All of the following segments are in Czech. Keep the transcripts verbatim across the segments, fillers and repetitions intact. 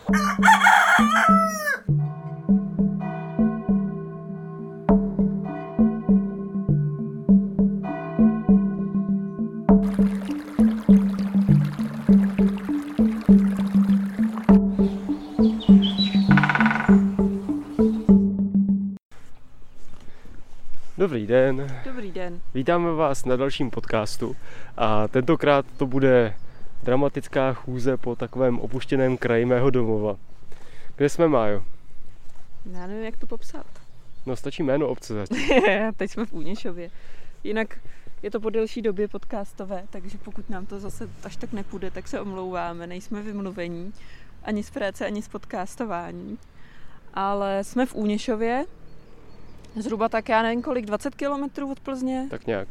Dobrý den. Dobrý den. Vítáme vás na dalším podcastu a tentokrát to bude dramatická chůze po takovém opuštěném kraji mého domova. Kde jsme, Májo? Já nevím, jak to popsat. No, stačí jméno obce zatím. Teď jsme v Úněšově. Jinak je to po delší době podcastové, takže pokud nám to zase až tak nepůjde, tak se omlouváme. Nejsme vymluvení ani z práce, ani z podcastování. Ale jsme v Úněšově, zhruba tak, já nevím kolik, dvacet kilometrů od Plzně. Tak nějak.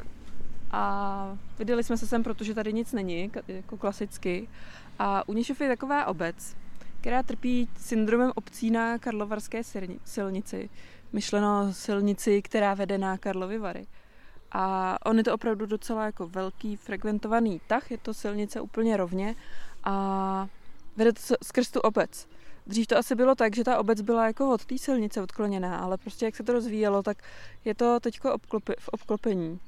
A vydali jsme se sem, protože tady nic není, jako klasicky. A Úněšov je taková obec, která trpí syndromem obcí na Karlovarské silnici. Myšleno silnici, která vede na Karlovy Vary. A on je to opravdu docela jako velký frekventovaný tah, je to silnice úplně rovně a vede to skrz tu obec. Dřív to asi bylo tak, že ta obec byla jako od té silnice odkloněná, ale prostě jak se to rozvíjelo, tak je to teďko obklopi, v obklopení.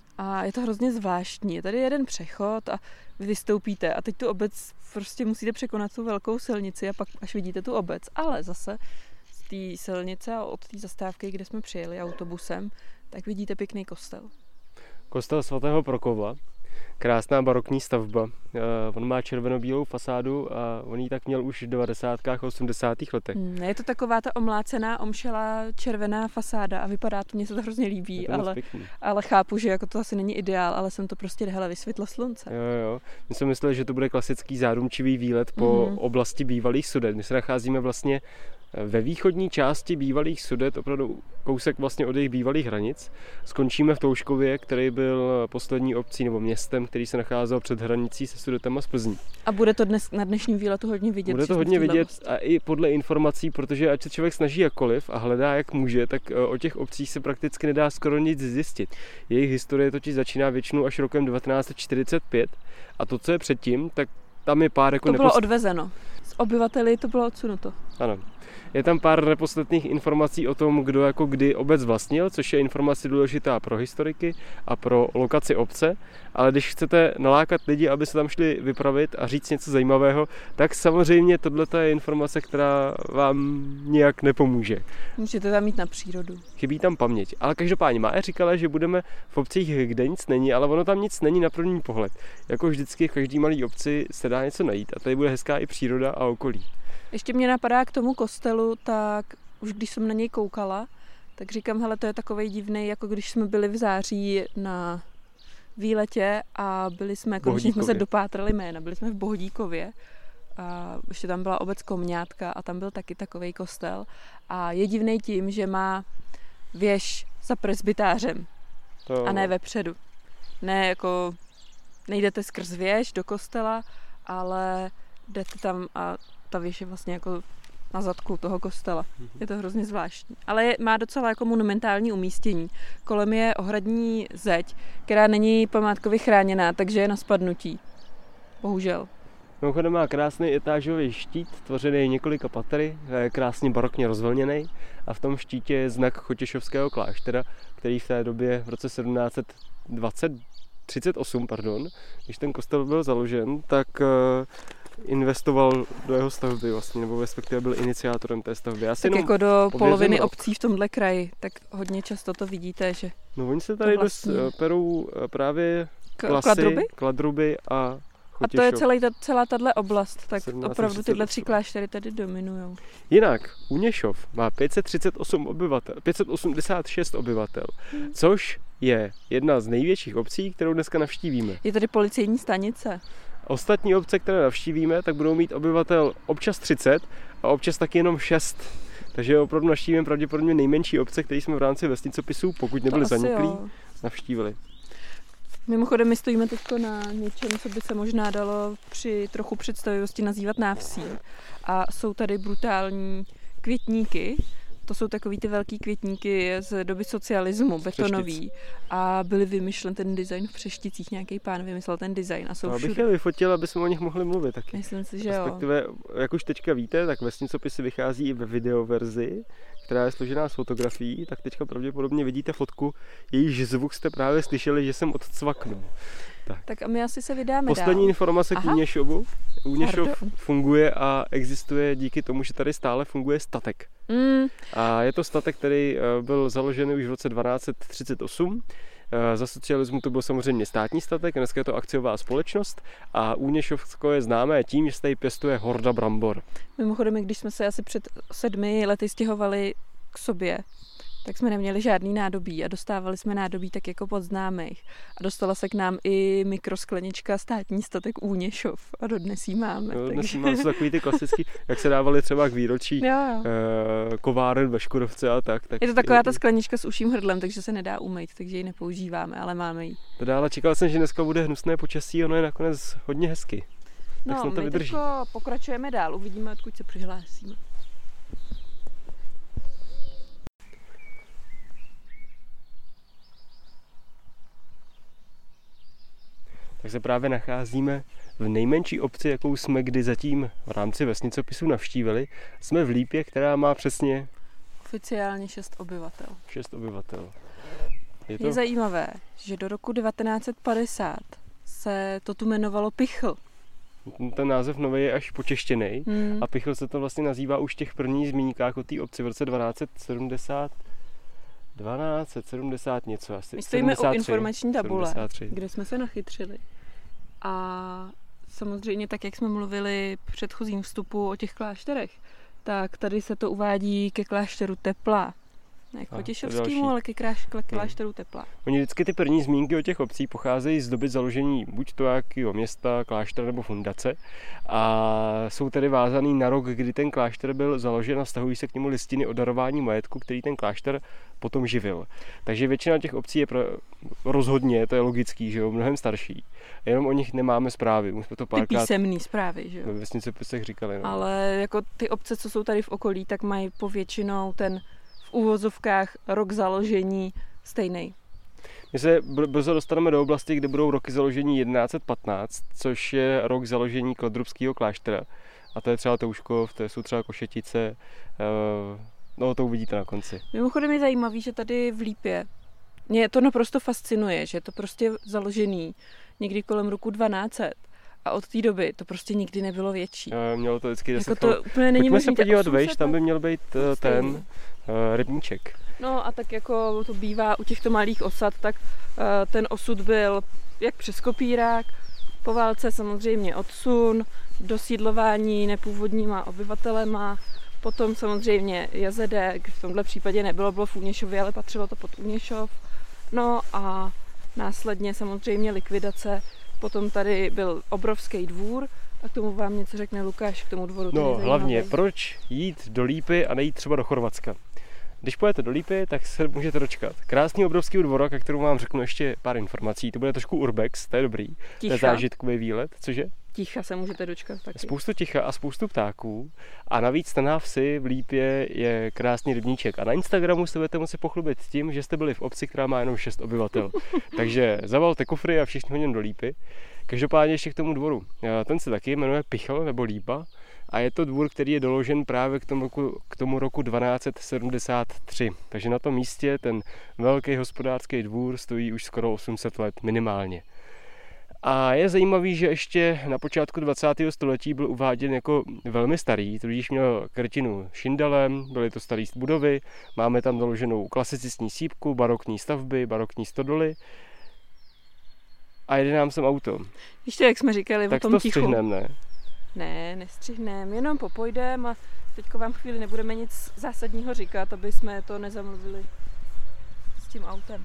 A je to hrozně zvláštní. Je tady jeden přechod a vy vystoupíte a teď tu obec prostě musíte překonat tu velkou silnici a pak až vidíte tu obec. Ale zase z té silnice a od té zastávky, kde jsme přijeli autobusem, tak vidíte pěkný kostel. Kostel svatého Prokova. Krásná barokní stavba. On má červeno-bílou fasádu a on ji tak měl už v devadesátkách, osmdesátých letech. Hmm, je to taková ta omlácená, omšelá červená fasáda a vypadá to, mně se to hrozně líbí, ale, ale chápu, že jako to asi není ideál, ale jsem to prostě, hele, vysvětlo slunce. Jo, jo. My jsme mysleli, že to bude klasický zárumčivý výlet po mm. oblasti bývalých Sudet. My se nacházíme vlastně ve východní části bývalých Sudet, opravdu kousek vlastně od jejich bývalých hranic. Skončíme v Touškově, který byl poslední obcí nebo městem, který se nacházel před hranicí se Sudetama z Plzní. A bude to dnes na dnešním výletu hodně vidět? Bude to hodně vidět a i podle informací, protože ať se člověk snaží jakkoliv a hledá jak může, tak o těch obcích se prakticky nedá skoro nic zjistit. Jejich historie totiž začíná většinou až rokem devatenáct set čtyřicet pět a to, co je předtím, tak tam je pár jako To bylo nepost... odvezeno. S obyvateli to bylo odsunuto. Ano. Je tam pár nepodstatných informací o tom, kdo jako kdy obec vlastnil, což je informace důležitá pro historiky a pro lokaci obce, ale když chcete nalákat lidi, aby se tam šli vypravit a říct něco zajímavého, tak samozřejmě tohle je informace, která vám nijak nepomůže. Můžete tam mít na přírodu. Chybí tam paměť. Ale každopádně Mája říkala, že budeme v obcích, kde nic není, ale ono tam nic není na první pohled. Jako vždycky v každý malý obci se dá něco najít a tady bude hezká i příroda a okolí. Ještě mě napadá k tomu kostelu, tak už když jsem na něj koukala, tak říkám, hele, to je takovej divný, jako když jsme byli v září na výletě a byli jsme, jako když jsme se dopátrali jména, byli jsme v Bohodíkově a ještě tam byla obec Komňátka a tam byl taky takovej kostel a je divnej tím, že má věž za presbytářem to... a ne vepředu. Ne jako, nejdete skrz věž do kostela, ale jdete tam a ta věž je vlastně jako na zadku toho kostela. Je to hrozně zvláštní. Ale je, má docela jako monumentální umístění. Kolem je ohradní zeď, která není památkově chráněná, takže je na spadnutí. Bohužel. Mimochodem má krásný etážový štít, tvořený několika patry, je krásně barokně rozvlněný a v tom štítě je znak Chotěšovského kláštera, který v té době v roce sedmnáct set dvacet, třicet osm, pardon, když ten kostel byl založen, tak investoval do jeho stavby vlastně, nebo respektive byl iniciátorem té stavby. Já tak jako do poloviny rok. obcí v tomhle kraji, tak hodně často to vidíte, že no oni se tady vlastně... dost perou právě klasy, kladruby, kladruby a Chotěšov. A to je celý, ta, celá tahle oblast, tak opravdu tyhle tři kláštery tady dominujou. Jinak, Úněšov má pět set třicet osm obyvatel, pět set osmdesát šest obyvatel, hmm. což je jedna z největších obcí, kterou dneska navštívíme. Je tady policejní stanice. Ostatní obce, které navštívíme, tak budou mít obyvatel občas třicet a občas taky jenom šest. Takže opravdu navštívíme pravděpodobně nejmenší obce, které jsme v rámci vesnicopisů, pokud nebyli zaniklí, navštívili. Mimochodem my stojíme teď na něčem, co by se možná dalo při trochu představivosti nazývat návsí. A jsou tady brutální květníky, to jsou takový ty velký květníky z doby socialismu, betonový. A byly vymyšlen ten design v Přešticích, nějaký pán vymyslel ten design a jsou no, všude. Abych je vyfotil, aby jsme o nich mohli mluvit taky. Myslím si, že jo. Respektive, jak už teďka víte, tak vesnicopisy vychází i ve videoverzi, která je složená z fotografií, tak teďka pravděpodobně vidíte fotku, jejíž zvuk jste právě slyšeli, že jsem odcvaknul. Tak. tak a my asi se vydáme Poslední dál. informace k Úněšovu. Úněšov funguje a existuje díky tomu, že tady stále funguje statek. Mm. A je to statek, který byl založený už v roce dvanáct třicet osm. Za socialismu to byl samozřejmě státní statek, dneska je to akciová společnost a Úněšovsko je známé tím, že se tady pěstuje horda brambor. Mimochodem, když jsme se asi před sedmi lety stěhovali k sobě, tak jsme neměli žádný nádobí a dostávali jsme nádobí tak jako pod známých. A dostala se k nám i mikrosklenička státní statek Úněšov a dodnes jí máme. No, takže... dnes máme to takový ty klasický, jak se dávali třeba k výročí jo, jo. Eh, kováren ve Škodovce a tak. tak je to taková ta sklenička s uším hrdlem, takže se nedá umýt, takže ji nepoužíváme, ale máme ji. Dále čekal jsem, že dneska bude hnusné počasí, ono je nakonec hodně hezky. Tak no, to my vydrží. teďko pokračujeme dál, uvidíme, odkud se přihlásíme. Tak se právě nacházíme v nejmenší obci, jakou jsme kdy zatím v rámci vesnicopisu navštívili. Jsme v Lípě, která má přesně oficiálně šest obyvatel. šest obyvatel. Je, to... Je zajímavé, že do roku devatenáct set padesát se to tu jmenovalo Pichl. Ten název nový je až počeštěnej hmm. a Pichl se to vlastně nazývá už v těch prvních zmínkách o té obci v roce dvanáct set sedmdesát. dvanáct set sedmdesát něco asi. My stojíme sedmdesát tři, u informační tabule, sedmdesát tři. Kde jsme se nachytřili. A samozřejmě tak, jak jsme mluvili v předchozím vstupu o těch klášterech, tak tady se to uvádí ke klášteru Tepla. Ne k Chotěšovskému, ale ke klášteru Tepla. Oni vždycky ty první zmínky o těch obcích pocházejí z doby založení buď to jakého města, kláštera nebo fundace a jsou tedy vázaný na rok, kdy ten klášter byl založen a vztahují se k němu listiny o darování majetku, který ten klášter potom živil. Takže většina těch obcí je pro, rozhodně, to je logický, že jo, mnohem starší. Jenom o nich nemáme zprávy. Už jsme to párkrát ty písemný zprávy, že jo. Ve vesnicopisech říkali. No. Ale jako ty obce, co jsou tady v okolí, tak mají povětšinou ten v úvozovkách rok založení stejný. My se brzo dostaneme do oblasti, kde budou roky založení jedenáct set patnáct, což je rok založení Kladrubského kláštera. A to je třeba Touškov, to jsou třeba Košetice, no to uvidíte na konci. Mimochodem je zajímavý, že tady v Lípě mě to naprosto fascinuje, že je to prostě založený někdy kolem roku dvanáct set. A od té doby to prostě nikdy nebylo větší. E, mělo to vždycky deset jako to úplně není Pojďme se podívat vejš, tam by let? měl být uh, ten uh, rybníček. No a tak jako to bývá u těchto malých osad, tak uh, ten osud byl jak přes kopírák, po válce samozřejmě odsun, dosídlování nepůvodníma obyvatelema, potom samozřejmě Jazedek, v tomhle případě nebylo, bylo v Úněšově, ale patřilo to pod Úněšov. No a následně samozřejmě likvidace. Potom tady byl obrovský dvůr a k tomu vám něco řekne Lukáš, k tomu dvoru. No hlavně, proč jít do Lípy a nejít třeba do Chorvatska? Když pojete do Lípy, tak se můžete dočkat krásný obrovský dvora, ke kterému vám řeknu ještě pár informací. To bude trošku urbex, to je dobrý. Ticha. To je zážitkový výlet, cože? Ticha se můžete dočkat taky. Spoustu ticha a spoustu ptáků. A navíc na vsi v Lípě je krásný rybníček. A na Instagramu se budete moci pochlubit tím, že jste byli v obci, která má jenom šest obyvatel. Takže zavalte kufry a všichni hodně do Lípy. Každopádně ještě k tomu dvoru. Ten se taky jmenuje Pichl nebo Lípa. A je to dvůr, který je doložen právě k tomu roku, k tomu roku dvanáct set sedmdesát tři. Takže na tom místě ten velký hospodářský dvůr stojí už skoro osm set let minimálně. A je zajímavý, že ještě na počátku dvacátého století byl uváděn jako velmi starý, tudíž měl krytinu šindalem, byly to staré budovy, máme tam doloženou klasicistní sýpku, barokní stavby, barokní stodoly a jede nám sem auto. Ještě jak jsme říkali tak o tom to tichu. střihnem, ne? Ne, nestřihnem, jenom popojdem a teďko vám chvíli nebudeme nic zásadního říkat, aby jsme to nezamluvili s tím autem.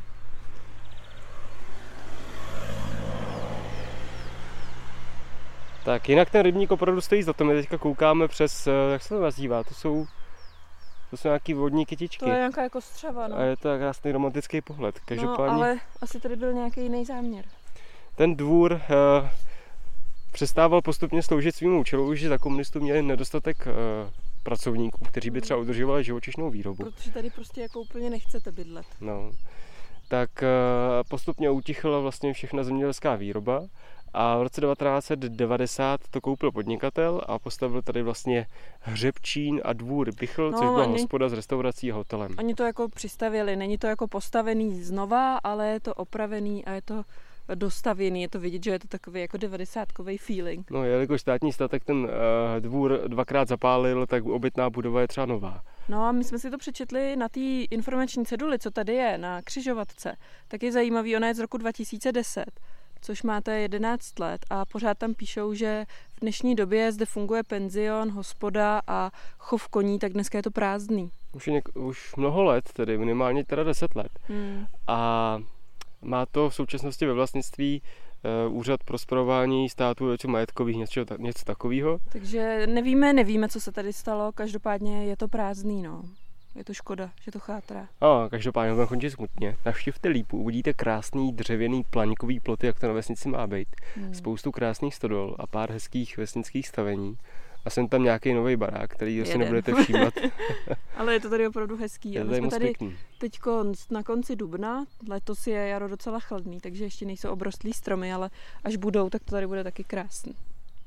Tak jinak ten rybník opravdu stojí za to. My teďka koukáme přes, jak se to nazývá, to jsou, to jsou nějaký vodní kytičky. To je nějaká jako střeva, no. A je to krásný romantický pohled. Každopádně, no, ale asi tady byl nějaký jiný záměr. Ten dvůr uh, přestával postupně sloužit svým účelu, že za komunistů měli nedostatek uh, pracovníků, kteří by třeba udržovali živočišnou výrobu. Protože tady prostě jako úplně nechcete bydlet. No, tak postupně utichla vlastně všechna zemědělská výroba a v roce devatenáct set devadesát to koupil podnikatel a postavil tady vlastně hřebčín a dvůr Bichl, no, což byla oni, hospoda s restaurací a hotelem. Oni to jako přistavili, není to jako postavený znova, ale je to opravený a je to dostavěný, je to vidět, že je to takový jako devadesátkový feeling. No, jelikož státní statek ten uh, dvůr dvakrát zapálil, tak obytná budova je třeba nová. No a my jsme si to přečetli na té informační ceduli, co tady je, na křižovatce. Tak je zajímavý, ona je z roku dva tisíce deset, což máte jedenáct let a pořád tam píšou, že v dnešní době zde funguje penzion, hospoda a chov koní, tak dneska je to prázdný. Už, je něk- už mnoho let, tedy minimálně teda deset let. Hmm. A má to v současnosti ve vlastnictví uh, Úřad pro spravování státu věcí majetkových, něco, něco takového. Takže nevíme, nevíme, co se tady stalo, každopádně je to prázdný, no. Je to škoda, že to chátrá. A každopádně budeme končit smutně. Navštivte Lípu, uvidíte krásný dřevěný plaňkový ploty, jak to na vesnici má být. Hmm. Spoustu krásných stodol a pár hezkých vesnických stavení. A jsem tam nějaký nový barák, který asi nebudete všímat. Ale je to tady opravdu hezký. Je a my jsme tady teď na konci dubna, letos je jaro docela chladný, takže ještě nejsou obrostlý stromy, ale až budou, tak to tady bude taky krásný.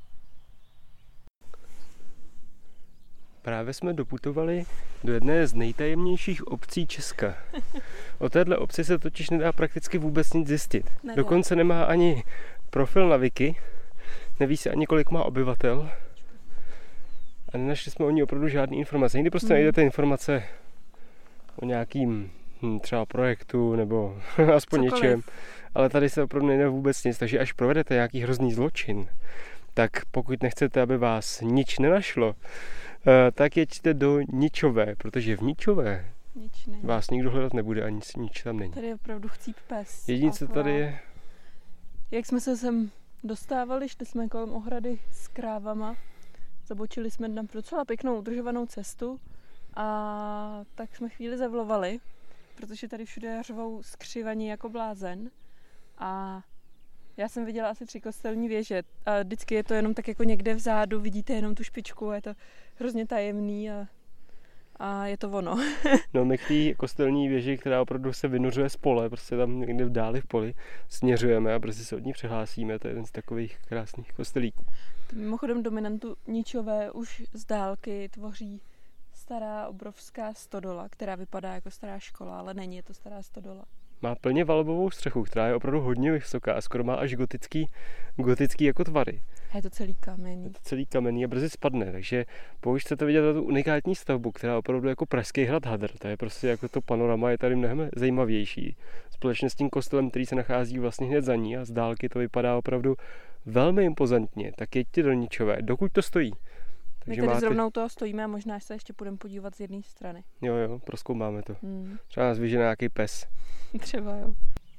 Právě jsme doputovali do jedné z nejtajemnějších obcí Česka. O téhle obci se totiž nedá prakticky vůbec nic zjistit. Nedá. Dokonce nemá ani profil na Wiki, neví se ani kolik má obyvatel. A nenašli jsme o ní opravdu žádné informace. Někdy prostě hmm. najdete informace o nějakým hm, třeba projektu nebo aspoň Cokoliv. něčem. Ale tady se opravdu nejde vůbec nic. Takže až provedete nějaký hrozný zločin, tak pokud nechcete, aby vás nič nenašlo, tak jeďte do Ničové, protože v Ničové nič vás nikdo hledat nebude a nic, nič tam není. Tady je opravdu chcíp pes. Jediné, co tady je... Jak jsme se sem dostávali, šli jsme kolem ohrady s krávama, zabočili jsme na docela pěknou udržovanou cestu a tak jsme chvíli zavlovali, protože tady všude řvou skřivaní jako blázen a já jsem viděla asi tři kostelní věže a vždycky je to jenom tak jako někde vzadu, vidíte jenom tu špičku a je to hrozně tajemný a, a je to ono. No my k té kostelní věži, která opravdu se vynořuje z pole, prostě tam někde v dáli v poli, směřujeme a prostě se od ní přihlásíme, to je jeden z takových krásných kostelíků. Mimochodem dominantu Ničové už z dálky tvoří stará obrovská stodola, která vypadá jako stará škola, ale není, je to stará stodola. Má plně valbovou střechu, která je opravdu hodně vysoká a skoro má až gotický, gotický jako tvary. A je to celý kamenný. Je to celý kamenný a brzy spadne, takže pokud chcete vidět tu unikátní stavbu, která je opravdu jako pražský hrad hadr, to je prostě jako to panorama je tady mnohem zajímavější. Společně s tím kostelem, který se nachází vlastně hned za ní a z dálky to vypadá opravdu velmi impozantně, tak jeďte do Ničové, dokud to stojí. My tady máte... zrovna u toho stojíme a možná se ještě půjdeme podívat z jedné strany. Jo, jo, prozkoumáme to. Hmm. Třeba nás vyžene nějaký pes. Třeba jo.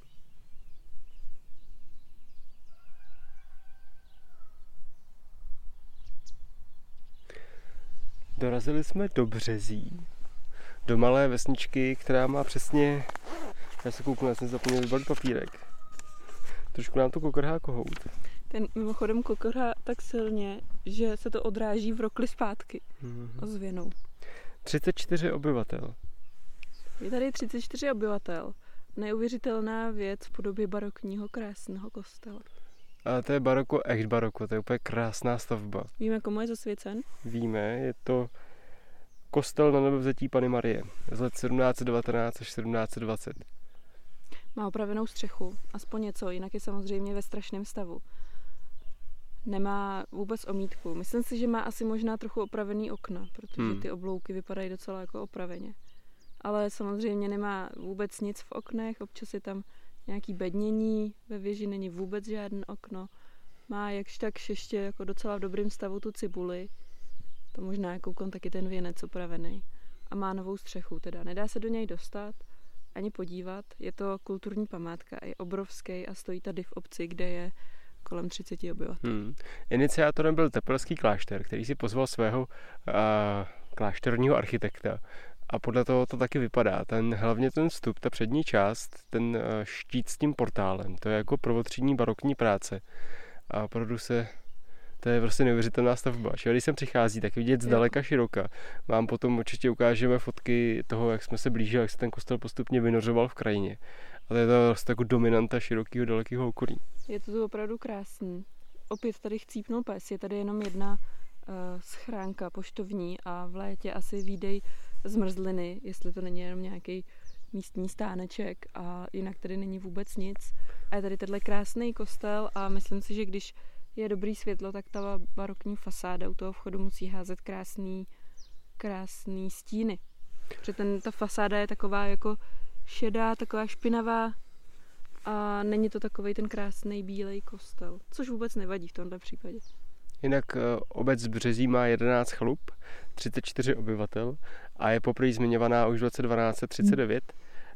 Dorazili jsme do Březí, do malé vesničky, která má přesně... Já se kouknu, já jsem zapomněl vybalit papírek. Trošku nám to kokrhá kohout. Ten mimochodem kokrhá tak silně, že se to odráží v rokli zpátky. Mm-hmm. Ozvěnou. třicet čtyři obyvatel. Je tady třicet čtyři obyvatel. Neuvěřitelná věc v podobě barokního krásného kostela. A to je baroko, echt baroko, to je úplně krásná stavba. Víme, komu je zasvěcen? Víme, je to kostel na Nebevzetí Panny Marie z let sedmnáct set devatenáct až sedmnáct set dvacet. Má opravenou střechu, aspoň něco, jinak je samozřejmě ve strašném stavu. Nemá vůbec omítku. Myslím si, že má asi možná trochu opravený okna, protože hmm. ty oblouky vypadají docela jako opraveně. Ale samozřejmě nemá vůbec nic v oknech, občas je tam nějaký bednění, ve věži není vůbec žádné okno. Má jakž tak ještě jako docela v dobrém stavu tu cibuli, to možná je koukon taky ten věnec opravený. A má novou střechu, teda nedá se do něj dostat, ani podívat. Je to kulturní památka, je obrovský a stojí tady v obci, kde je kolem třicet obyvatel. Hmm. Iniciátorem byl Tepelský klášter, který si pozval svého uh, klášterního architekta. A podle toho to taky vypadá. Ten, hlavně ten vstup, ta přední část, ten uh, štít s tím portálem, to je jako prvotřídní barokní práce. A opravdu se To je prostě neuvěřitelná stavba. Že když sem přichází, tak vidět zdaleka široka. Vám potom určitě ukážeme fotky toho, jak jsme se blížili, jak se ten kostel postupně vynořoval v krajině. A to je to vlastně jako dominanta širokého dalekého okolí. Je to tu opravdu krásný. Opět tady chcípnul pes, je tady jenom jedna uh, schránka poštovní a v létě asi výdej zmrzliny, jestli to není jenom nějaký místní stáneček a jinak tady není vůbec nic. A je tady tenhle krásný kostel a myslím si, že když je dobrý světlo, tak ta barokní fasáda u toho vchodu musí házet krásný, krásný stíny. Protože ten, ta fasáda je taková jako šedá, taková špinavá a není to takovej ten krásný bílej kostel, což vůbec nevadí v tomto případě. Jinak obec Březí má jedenáct chalup, třicet čtyři obyvatel a je poprvé zmiňovaná už v roce dvanáct třicet devět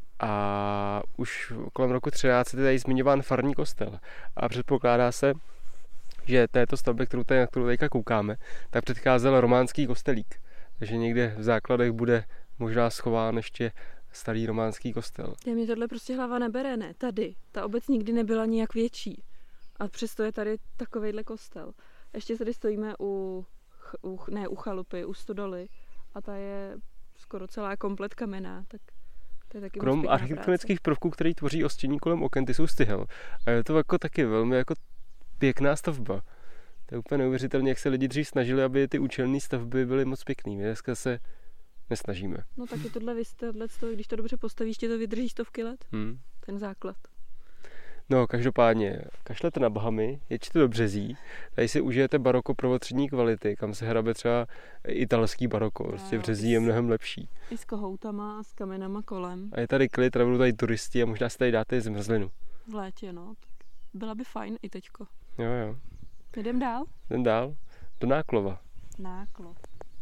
a už kolem roku třináct je tady zmiňován farní kostel a předpokládá se, že této stavbě, kterou tady, na kterou teďka koukáme, tak předcházel románský kostelík. Takže někde v základech bude možná schován ještě starý románský kostel. Já mě tohle prostě hlava nebere, ne? Tady. Ta obec nikdy nebyla nijak větší. A přesto je tady takovejhle kostel. Ještě tady stojíme u, u, ne u chalupy, u stodoly a ta je skoro celá komplet kamenná, tak to je taky krom architektonických prvků, které tvoří ostění kolem oken, ty jsou z tyhel. A je to jako taky velmi jako pěkná stavba. To je úplně neuvěřitelné, jak se lidi dřív snažili, aby ty účelné stavby byly moc pěkný. My dneska se nesnažíme. No taky tohle, tohle, když to dobře postavíš, ti to vydrží stovky let. Hmm. Ten základ. No, každopádně, kašlete na Bahamy, jeďte do Březí, tady si užijete baroko prvotřídní kvality, kam se hrabe třeba italský baroko, prostě Březí je mnohem lepší. I s kohoutama a s kamenama kolem. A je tady klid, tady budou tady turisti a možná si tady dáte zmrzlinu. V létě, no. Tak byla by fajn i teďko. Jo, jo. Jdem dál? Jdem dál. Do Náklova. Náklov.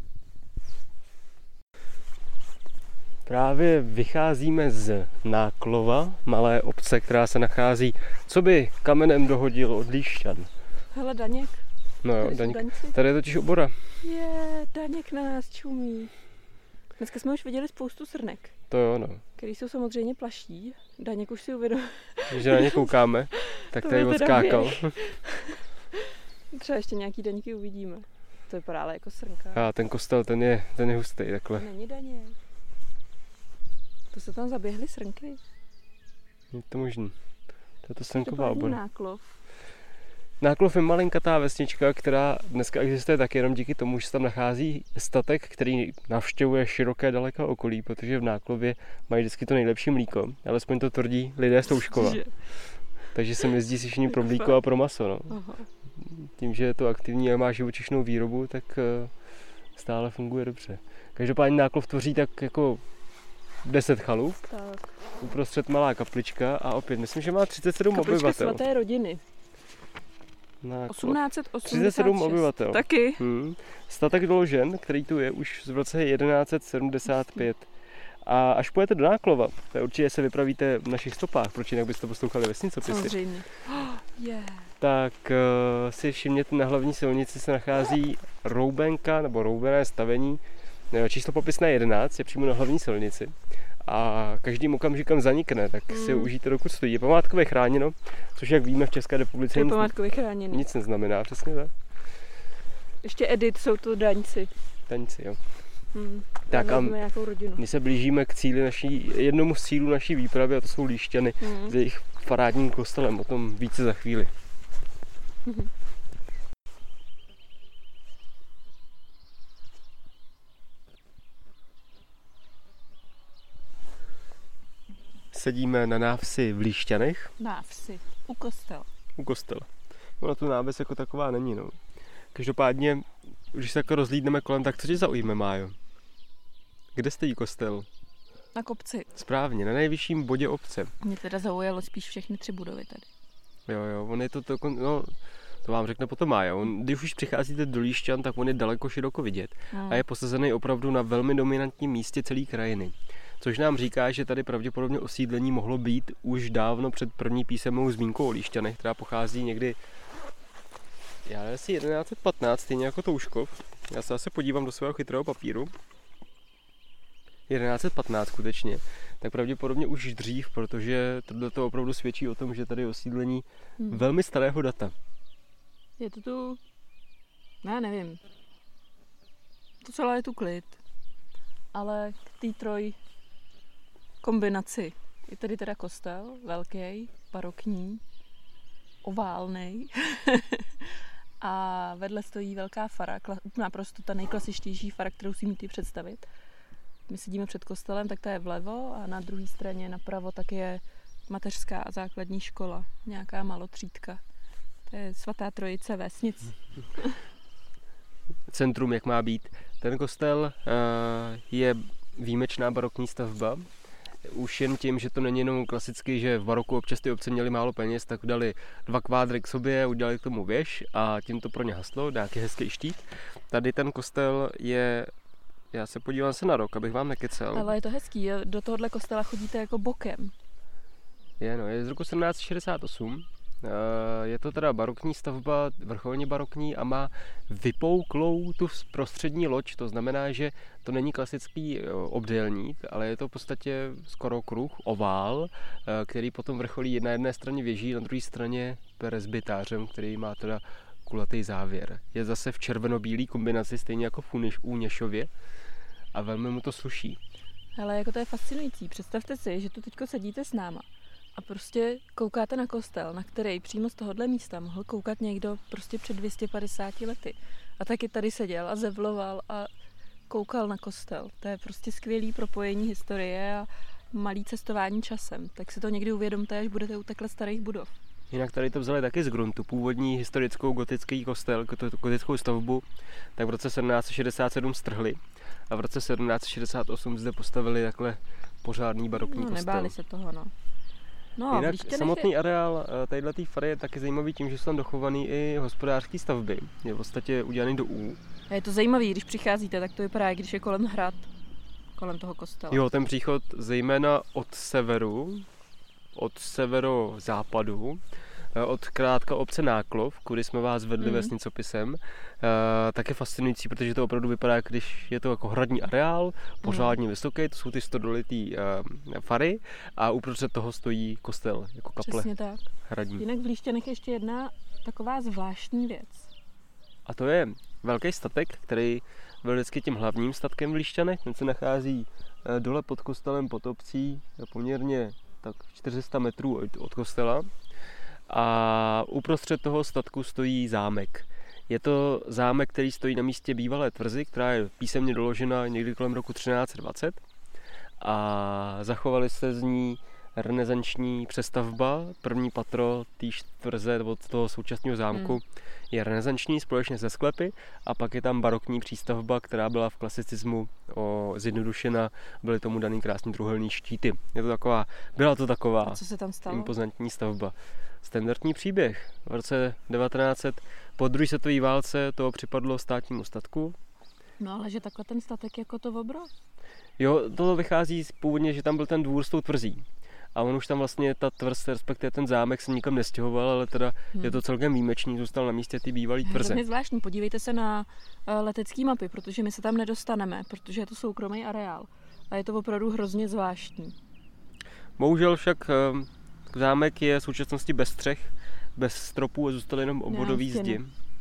Právě vycházíme z Náklova, malé obce, která se nachází, co by kamenem dohodil od Líšťan. Hele, Daněk. No jo, Daněk. Tady je totiž obora. Je, Daněk na nás čumí. Dneska jsme už viděli spoustu srnek. To jo, no. Který jsou samozřejmě plaší. Daněk už si uvědomil. Že na ně koukáme, tak tady odskákal. Třeba ještě nějaký daňky uvidíme. To vypadá ale jako srnka. A ten kostel, ten je, ten je hustý takhle. To není Daněk. To se tam zaběhly srnky. Je to možný. To je to srnková obora. Náklov. Náklov je malinkatá vesnička, která dneska existuje tak jenom díky tomu, že se tam nachází statek, který navštěvuje široké daleké okolí, protože v Náklově mají vždycky to nejlepší mlíko. Alespoň to tvrdí lidé z Touškova. Takže se jezdí si pro mlíko a pro maso. No. Aha. Tím, že je to aktivní a má živočišnou výrobu, tak stále funguje dobře. Každopádně Náklov tvoří tak jako deset chalup, tak. Uprostřed malá kaplička a opět myslím, že má třicet sedm kaplička obyvatel. Kaplička svaté rodiny. Náklov. osmnáct set osmdesát šest. třicet sedm obyvatel. Taky. Hmm. Statek doložen, který tu je už v roce jedenáct set sedmdesát pět. A až pojete do Náklova, to určitě se vypravíte v našich stopách, proč jinak byste poslouchali vesnicopisy. Samozřejmě. Oh, yeah. Tak uh, si všimněte, na hlavní silnici se nachází roubenka nebo roubené stavení. Číslo popisné jedenáct je přímo na hlavní silnici. A každým okamžikem zanikne, tak mm. si ho užijte, dokud stojí. Je památkově chráněno, což jak víme v České republice je nic, nic neznamená, přesně tak. Ještě Edit, jsou to daňci. Daňci, jo. Hmm. Tak a my se blížíme k cíli naší, jednomu z cílů naší výpravy a to jsou Líšťany hmm. s jejich parádním kostelem, o tom více za chvíli. Hmm. Sedíme na návsi v Líšťanech. Návsi, u kostela. U kostela. Ona tu náves jako taková není, no. Každopádně, když se jako rozhlídneme kolem, tak co tě zaujme, Májo? Kde stojí kostel? Na kopci. Správně, na nejvyšším bodě obce. Mě teda zaujalo spíš všechny tři budovy tady. Jo, jo, on je to, to no, to vám řekne potom Mája. On, když už přicházíte do Líšťan, tak on je daleko široko vidět. Hmm. A je posazený opravdu na velmi dominantním místě celé krajiny. Což nám říká, že tady pravděpodobně osídlení mohlo být už dávno před první písemnou zmínkou o Líšťanech, která pochází někdy, já nevím, asi jedenáct set patnáct, stejně jako Touškov. Já se zase podívám do svého chytrého papíru. jedenáct set patnáct skutečně, tak pravděpodobně už dřív, protože to opravdu svědčí o tom, že tady je osídlení hmm. velmi starého data. Je to tu Já nevím. To celé je tu klid. Ale k té troj kombinaci je tady teda kostel, velký, barokní, oválnej. A vedle stojí velká fara, naprosto ta nejklasičtější fara, kterou si můžete představit. My sedíme před kostelem, tak ta je vlevo a na druhé straně napravo tak je mateřská a základní škola, nějaká malotřídka. To je svatá trojice vesnic. Centrum, jak má být. Ten kostel uh, je výjimečná barokní stavba. Už jen tím, že to není jenom klasicky, že v baroku občas ty obce měly málo peněz, tak dali dva kvádry k sobě, udělali k tomu věž a tím to pro ně haslo, nějaký hezký štít. Tady ten kostel je, já se podívám se na rok, abych vám nekecel. Ale je to hezký, do tohohle kostela chodíte jako bokem. Je, no, je z roku sedmnáct set šedesát osm. Je to teda barokní stavba, vrcholně barokní a má vypouklou tu prostřední loď, to znamená, že to není klasický obdélník, ale je to v podstatě skoro kruh, ovál, který potom vrcholí na jedné straně věží, na druhé straně presbytářem, který má teda kulatý závěr. Je zase v červeno-bílý kombinaci, stejně jako v Úněšově a velmi mu to sluší. Ale jako to je fascinující, představte si, že tu teďko sedíte s náma. A prostě koukáte na kostel, na který přímo z tohohle místa mohl koukat někdo prostě před dvě stě padesáti lety. A taky tady seděl a zevloval a koukal na kostel. To je prostě skvělý propojení historie a malý cestování časem. Tak si to někdy uvědomte, až budete u takhle starých budov. Jinak tady to vzali taky z gruntu. Původní historickou gotický kostel, gotickou stavbu, tak v roce sedmnáct set šedesát sedm strhli a v roce sedmnáct set šedesát osm zde postavili takhle pořádný barokní no, kostel. Nebáli se toho, no. No, Jinak samotný je... areál tadyhletý fary je taky zajímavý tím, že jsou tam dochovaný i hospodářské stavby. Je v podstatě udělaný do U. A je to zajímavý, když přicházíte, tak to vypadá, když je kolem hrad, kolem toho kostela. Jo, ten příchod zejména od severu, od severozápadu, od krátka obce Náklov, kudy jsme vás vedli mm. vesnicopisem, tak je fascinující, protože to opravdu vypadá, jak když je to jako hradní areál, pořádně mm. vysoký, to jsou ty stodolitý fary a uprostřed toho stojí kostel, jako kaple. Přesně tak. Hradní. Jinak v Líšťanech ještě jedna taková zvláštní věc. A to je velký statek, který byl vždycky tím hlavním statkem v Líšťanech. Ten se nachází dole pod kostelem pod obcí, poměrně tak čtyři sta metrů od, od kostela. A uprostřed toho statku stojí zámek. Je to zámek, který stojí na místě bývalé tvrzy, která je písemně doložena někdy kolem roku třináct set dvacet. A zachovaly se z ní renesanční přestavba. První patro té tvrze od toho současného zámku hmm. je renesanční společně se sklepy a pak je tam barokní přístavba, která byla v klasicismu o, zjednodušena, byly tomu daný krásný trojúhelný štíty. Je to taková, byla to taková a co se tam stalo? Impozantní stavba. Standardní příběh. V roce devatenáct set po druhé světové válce to připadlo státnímu statku. No ale že takhle ten statek jako to obro? Jo, to vychází z původně, že tam byl ten dvůr s tou tvrzí. A on už tam vlastně, ta tvrz, respektive ten zámek se nikam nestěhoval, ale teda hmm. je to celkem výjimečný, zůstal na místě ty bývalý tvrze. To je zvláštní, podívejte se na letecké mapy, protože my se tam nedostaneme, protože je to soukromý areál. A je to opravdu hrozně zvláštní. Bohužel však zámek je v současnosti bez střech, bez stropů a zůstaly jenom obvodový zdi.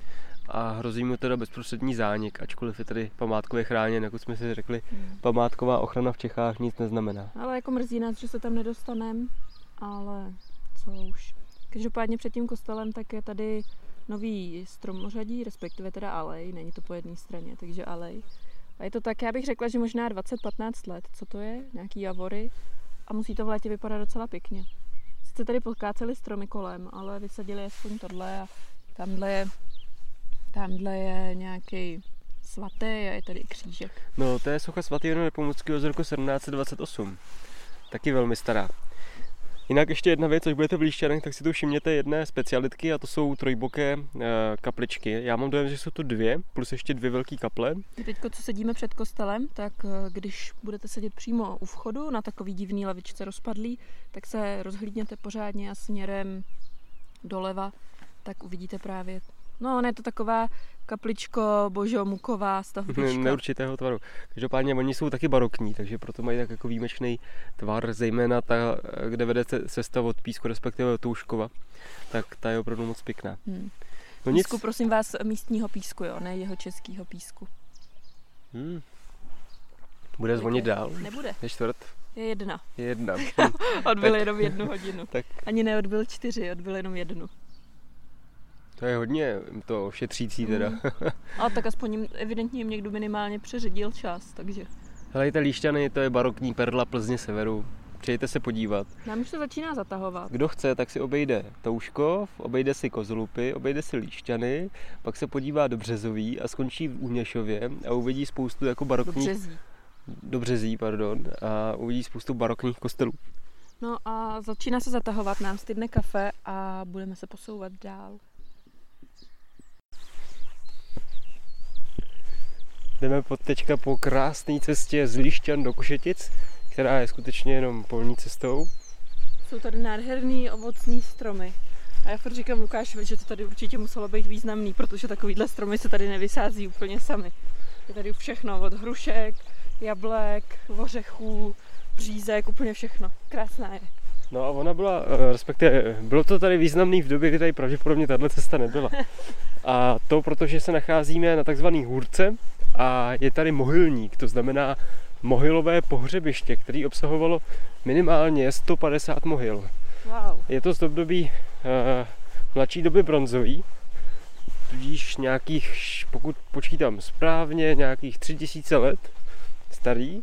A hrozí mu teda bezprostřední zánik, ačkoliv je tady památkově chráněn, jako jsme si řekli, hmm. památková ochrana v Čechách nic neznamená. Ale jako mrzí nás, že se tam nedostaneme, ale co už. Každopádně před tím kostelem tak je tady nový stromořadí, respektive teda alej, není to po jedné straně, takže alej. A je to tak, já bych řekla, že možná dvacet patnáct let, co to je, nějaký javory a musí to v létě vypadat docela pěkně. Sice tady podkáceli stromy kolem, ale vysadili aspoň tohle a tamhle je Tamhle je nějaký svatý a je tady křížek. No, to je socha svatého Jana Nepomuckého z roku sedmnáct set dvacet osm. Taky velmi stará. Jinak ještě jedna věc, až budete v Líšťanech, tak si tu všimněte jedné specialitky a to jsou trojboké e, kapličky. Já mám dojem, že jsou tu dvě, plus ještě dvě velké kaple. Teďko, co sedíme před kostelem, tak když budete sedět přímo u vchodu na takový divný lavičce rozpadlý, tak se rozhlídněte pořádně a směrem doleva, tak uvidíte právě. No, on je to taková kapličko božomuková stavbička. Neurčitého tvaru. Každopádně oni jsou taky barokní, takže proto mají tak jako výjimečný tvar, zejména ta, kde vede cesta od Písku, respektive od Touškova, tak ta je opravdu moc pěkná. Hmm. No Písku, nic. prosím vás, místního písku, jo, ne jeho českého písku. Hmm. Bude zvonit dál? Nebude. Je čtvrt? Je jedna. Je jedna. Odbyl jenom jednu hodinu. Tak. Ani neodbyl čtyři, odbyl jenom jednu. To je hodně to šetřící teda. Mm. Ale tak aspoň jim, evidentně jim někdo minimálně přeředil čas, takže. Helejte Líšťany, to je barokní perla Plzně severu. Přijďte se podívat. Nám už to začíná zatahovat. Kdo chce, tak si obejde Touškov, obejde si Kozlupy, obejde si Líšťany, pak se podívá do Březoví a skončí v Úněšově a uvidí spoustu jako barokních... Do Březí. Do Březí, pardon. A uvidí spoustu barokních kostelů. No a začíná se zatahovat, nám stydne kafe a budeme se posouvat dál. Jdeme pod teďka po krásné cestě z Líšťan do Košetic, která je skutečně jenom polní cestou. Jsou tady nádherný ovocný stromy. A já furt říkám Lukášovi, že to tady určitě muselo být významný, protože takovýhle stromy se tady nevysází úplně sami. Je tady všechno, od hrušek, jablek, ořechů, břízek, úplně všechno. Krásná je. No a ona byla, respektive bylo to tady významný v době, kdy tady pravděpodobně tahle cesta nebyla. A to protože se nacházíme na takzvaný hůrce a je tady mohylník, to znamená mohylové pohřebiště, který obsahovalo minimálně sto padesát mohyl. Wow. Je to z období uh, mladší doby bronzový, tudíž nějakých, pokud počítám správně, nějakých tři tisíce let starý.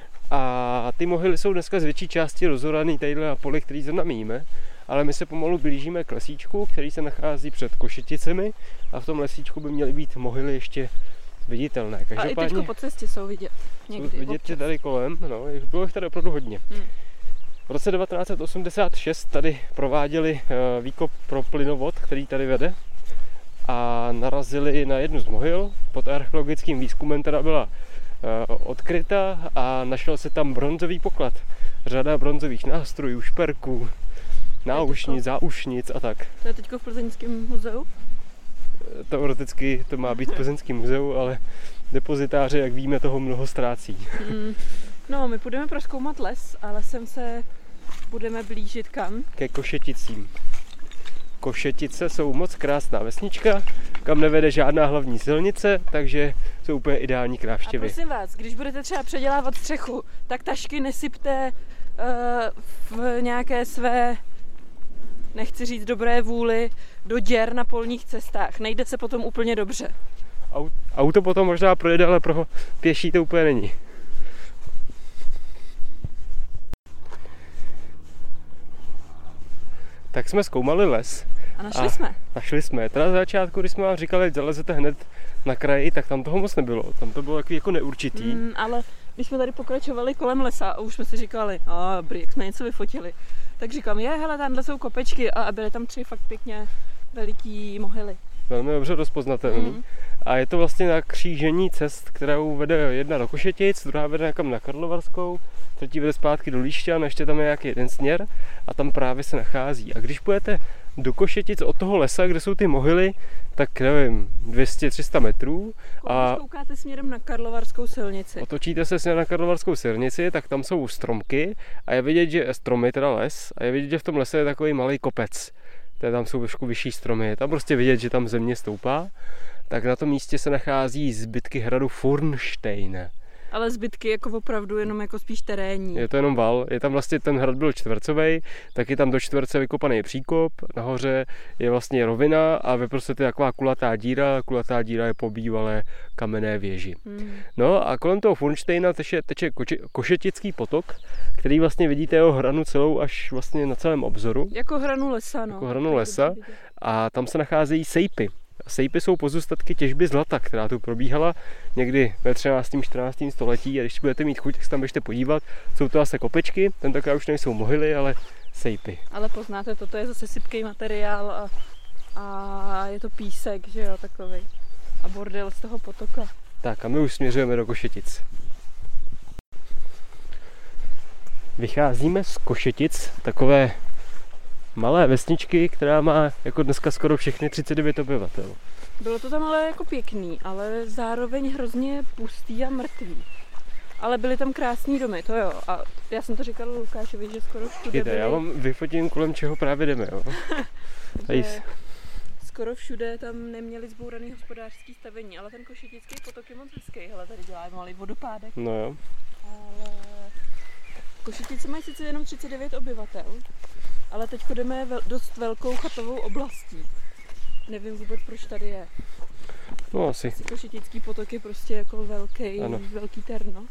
A ty mohyly jsou dneska z větší části rozoraný tadyhle na poli, který za námi jíme, ale my se pomalu blížíme k lesíčku, který se nachází před Košeticemi a v tom lesíčku by měly být mohyly ještě viditelné. Každopádně... A i teďko po cestě jsou vidět. Někdy, jsou vidět je tady kolem, no, bylo jich tady opravdu hodně. Hmm. V roce devatenáct set osmdesát šest tady prováděli výkop pro plynovod, který tady vede, a narazili na jednu z mohyl. Pod archeologickým výzkumem teda byla odkryta a našel se tam bronzový poklad. Řada bronzových nástrojů, šperků, náušnic, záušnic a tak. To je teďko v Plzeňském muzeu? Teoreticky to má být v Plzeňském muzeu, ale depozitáře, jak víme, toho mnoho ztrácí. Mm. No, my půjdeme prozkoumat les, ale sem se budeme blížit kam? Ke Košeticím. Košetice jsou moc krásná vesnička, kam nevede žádná hlavní silnice, takže jsou úplně ideální k návštěvě. A prosím vás, když budete třeba předělávat střechu, tak tašky nesypte uh, v nějaké své, nechci říct dobré vůli, do děr na polních cestách. Nejde se potom úplně dobře. Auto potom možná projede, ale pro pěší to úplně není. Tak jsme zkoumali les. A našli a jsme. Našli jsme. Teda za začátku, když jsme vám říkali, že zalezete hned na kraji, tak tam toho moc nebylo. Tam to bylo takový jako neurčitý. Mm, ale když jsme tady pokračovali kolem lesa a už jsme si říkali, a dobrý, jak jsme něco vyfotili, tak říkám, je, hele, tamhle jsou kopečky a byly tam tři fakt pěkně veliký mohyly. Velmi dobře rozpoznatelný. Mm. A je to vlastně na křížení cest, kterou vede jedna do Košetic, druhá vede někam na Karlovarskou, třetí vede zpátky do Líšťan, ještě tam je nějaký jeden směr a tam právě se nachází. A když půjdete do Košetic od toho lesa, kde jsou ty mohyly, tak nevím, dvě stě tři sta metrů. A když koukáte směrem na Karlovarskou silnici. Otočíte se směrem na Karlovarskou silnici, tak tam jsou stromky a je vidět, že stromy, teda les, a je vidět, že v tom lese je takový malý kopec. Tam jsou trošku vyšší stromy, je tam prostě vidět, že tam země stoupá. Tak na tom místě se nachází zbytky hradu Furnstein. Ale zbytky jako opravdu jenom jako spíš terénní. Je to jenom val, je tam vlastně, ten hrad byl čtvercovej, tak je tam do čtverce vykopaný příkop, nahoře je vlastně rovina a vyprostřed je taková kulatá díra, kulatá díra je po bývalé kamenné věži. Hmm. No a kolem toho Furnsteina teče, teče koči, Košetický potok, který vlastně vidíte jeho hranu celou až vlastně na celém obzoru. Jako hranu lesa, no. Jako hranu lesa a tam se nacházejí sejpy. Sejpy jsou pozůstatky těžby zlata, která tu probíhala někdy ve třináctém čtrnáctém století a když budete mít chuť, tak se tam běžte podívat. Jsou to asi kopečky, tentokrát už nejsou mohyly, ale sejpy. Ale poznáte, toto je zase sypký materiál a, a je to písek, že jo, takovej. A bordel z toho potoka. Tak a my už směřujeme do Košetic. Vycházíme z Košetic, takové malé vesničky, která má jako dneska skoro všechny třicet devět obyvatel. Bylo to tam ale jako pěkný, ale zároveň hrozně pustý a mrtvý. Ale byly tam krásný domy, to jo. A já jsem to říkala Lukášovi, že skoro všude Jde, byly... já vám vyfotím, kolem čeho právě jdeme, jo. Tady... skoro všude tam neměli zbouraný hospodářský stavení, ale ten Košetický potok je moc hezký. Hele, tady dělá malý vodopádek. No jo. Ale Košetice mají sice jenom třicet devět obyvatel, ale teď jdeme vel, dost velkou chatovou oblastí. Nevím vůbec, proč tady je. No asi. Košetický potok je prostě jako velký, ano. velký terno.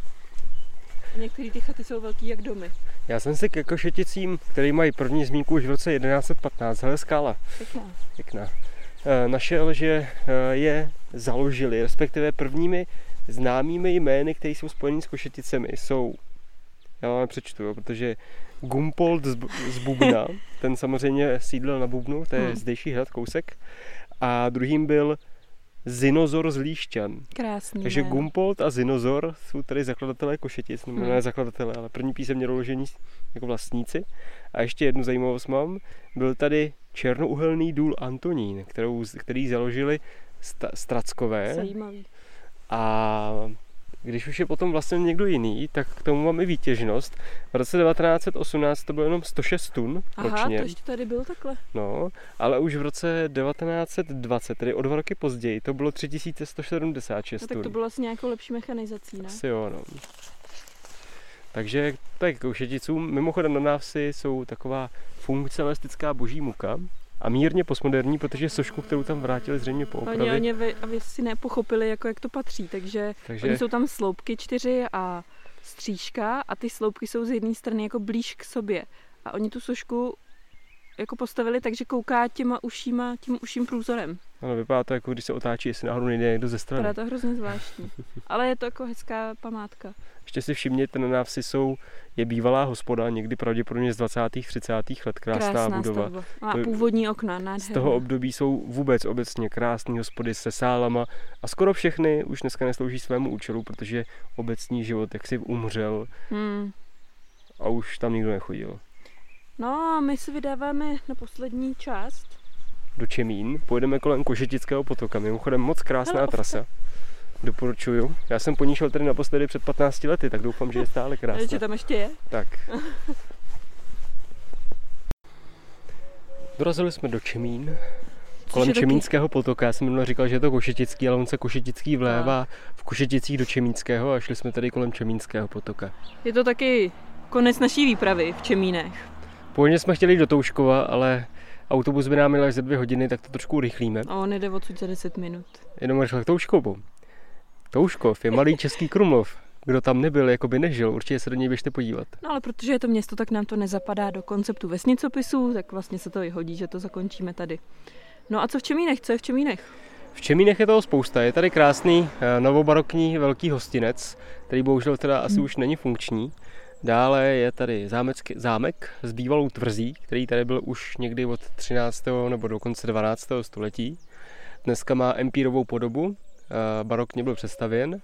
A některé ty chaty jsou velký jak domy. Já jsem si ke Košeticím, který mají první zmínku už v roce jedenáct patnáct, hele skála. Pěkná. Pěkná. Našel, že je založili, respektive prvními známými jmény, které jsou spojené s Košeticemi, jsou, já vám přečtu, jo, protože Gumpold z, z Bubna, ten samozřejmě sídlil na Bubnu, to je hmm. zdejší hrad, kousek, a druhým byl Zinozor z Líšťan. Krásný. Takže ne? Gumpold a Zinozor jsou tady zakladatelé Košetic, nebo hmm. ne zakladatelé, ale první písemně doložení jako vlastníci. A ještě jednu zajímavost mám, byl tady černouhelný důl Antonín, kterou, který založili sta, Strackové. Zajímavý. A když už je potom vlastně někdo jiný, tak k tomu máme výtěžnost. V roce devatenáct osmnáct to bylo jenom sto šest tun Aha, ročně. to ještě tady byl takhle. No, ale už v roce devatenáct dvacet, tedy o dva roky později, to bylo tři tisíce sto sedmdesát šest no, tun. tak to bylo asi nějakou lepší mechanizací, ne? Asi jo, no. Takže tak k Košeticům, mimochodem na návsi jsou taková funkcionalistická boží muka a mírně postmoderní, protože sošku, kterou tam vrátili zřejmě po opravě. Oni, oni vy, aby si nepochopili, jako jak to patří, takže, takže... oni jsou tam sloupky čtyři a střížka a ty sloupky jsou z jedné strany jako blíž k sobě. A oni tu sošku jako postavili, takže kouká těma ušíma, tím uším průzorem. Ano, vypadá to, jako když se otáčí, jestli náhodou nejde někdo ze strany. Vypadá to hrozně zvláštní, ale je to jako hezká památka. Ještě si všimněte, na návsi jsou, je bývalá hospoda, někdy pravděpodobně z dvacátých třicátých let, krásná, krásná budova. Stavba. Má původní okna, nádherné. Z toho období jsou vůbec obecně krásné hospody se sálama a skoro všechny už dneska neslouží svému účelu, protože obecní život jaksi umřel hmm. a už tam nikdo nechodil. No a my se vydáváme na poslední část. Do Čemín, pojedeme kolem Košetického potoka, mimochodem moc krásná Hele, trasa. Doporučuju. Já jsem po ní šel tady naposledy před patnácti lety, tak doufám, že je stále krásná. Že tam ještě je? Tak. Dorazili jsme do Čemín. Kolem Čemínského potoka. Já jsem minule říkal, že je to Košetický, ale on se Košetický vlévá v Košeticích do Čemínského a šli jsme tady kolem Čemínského potoka. Je to taky konec naší výpravy v Čemínech. Původně jsme chtěli jít do Touškova, ale autobus by nám měl až za dvě hodiny, tak to trošku urychlíme. A on jde odsud za deset minut. Jenom řekl k Touškovu. Touškov je malý český Krumlov. Kdo tam nebyl, jako by nežil, určitě se do něj běžte podívat. No ale protože je to město, tak nám to nezapadá do konceptu vesnicopisů, tak vlastně se to i hodí, že to zakončíme tady. No a co v Čemínech? Co je v Čemínech? V Čemínech je toho spousta. Je tady krásný novobarokní velký hostinec, který bohužel teda asi hmm. už není funkční. Dále je tady zámecký, zámek s bývalou tvrzí, který tady byl už někdy od třináctého nebo dokonce dvanáctého století. Dneska má empírovou podobu, barokně byl přestavěn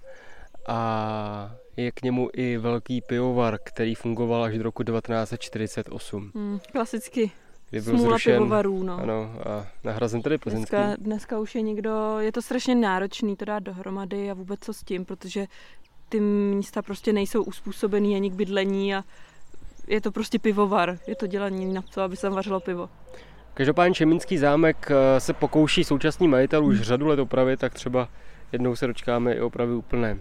a je k němu i velký pivovar, který fungoval až do roku devatenáct set čtyřicet osm. Hmm, klasicky. Kdy byl smůla zrušen, pivovarů, no. Ano, a nahrazen tady plzeňský. Dneska, dneska už je někdo, je to strašně náročný to dát dohromady a vůbec co s tím, protože ty místa prostě nejsou uspůsobený ani k bydlení a je to prostě pivovar, je to dělaný na to, aby se tam vařilo pivo. Každopádně Čemínský zámek se pokouší současný majitel už řadu let opravit, tak třeba jednou se dočkáme i opravy úplné.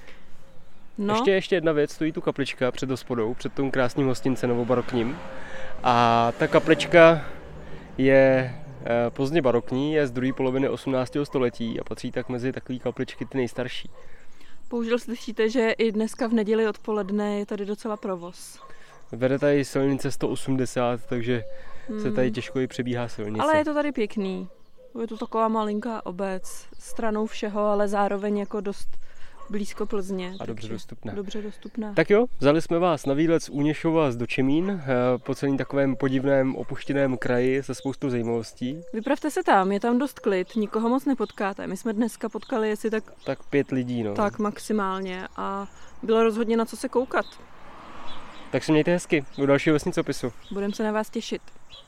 No. Ještě, ještě jedna věc, stojí tu kaplička před hospodou, před tím krásným hostince novobarokním. A ta kaplička je pozdně barokní, je z druhé poloviny osmnáctého století a patří tak mezi takové kapličky ty nejstarší. Bohužel slyšíte, že i dneska v neděli odpoledne je tady docela provoz. Vede tady silnice sto osmdesát, takže hmm. se tady těžko i přebíhá silnice. Ale je to tady pěkný. Je to taková malinká obec, stranou všeho, ale zároveň jako dost blízko Plzně. A dobře dostupná. Dobře dostupná. Tak jo, vzali jsme vás na výlet z Úněšova do Čemín, po celém takovém podivném opuštěném kraji se spoustou zajímavostí. Vypravte se tam, je tam dost klid, nikoho moc nepotkáte. My jsme dneska potkali jestli tak... Tak pět lidí, no. Tak maximálně a bylo rozhodně na co se koukat. Tak se mějte hezky, do dalšího vesnicopisu. Budeme se na vás těšit.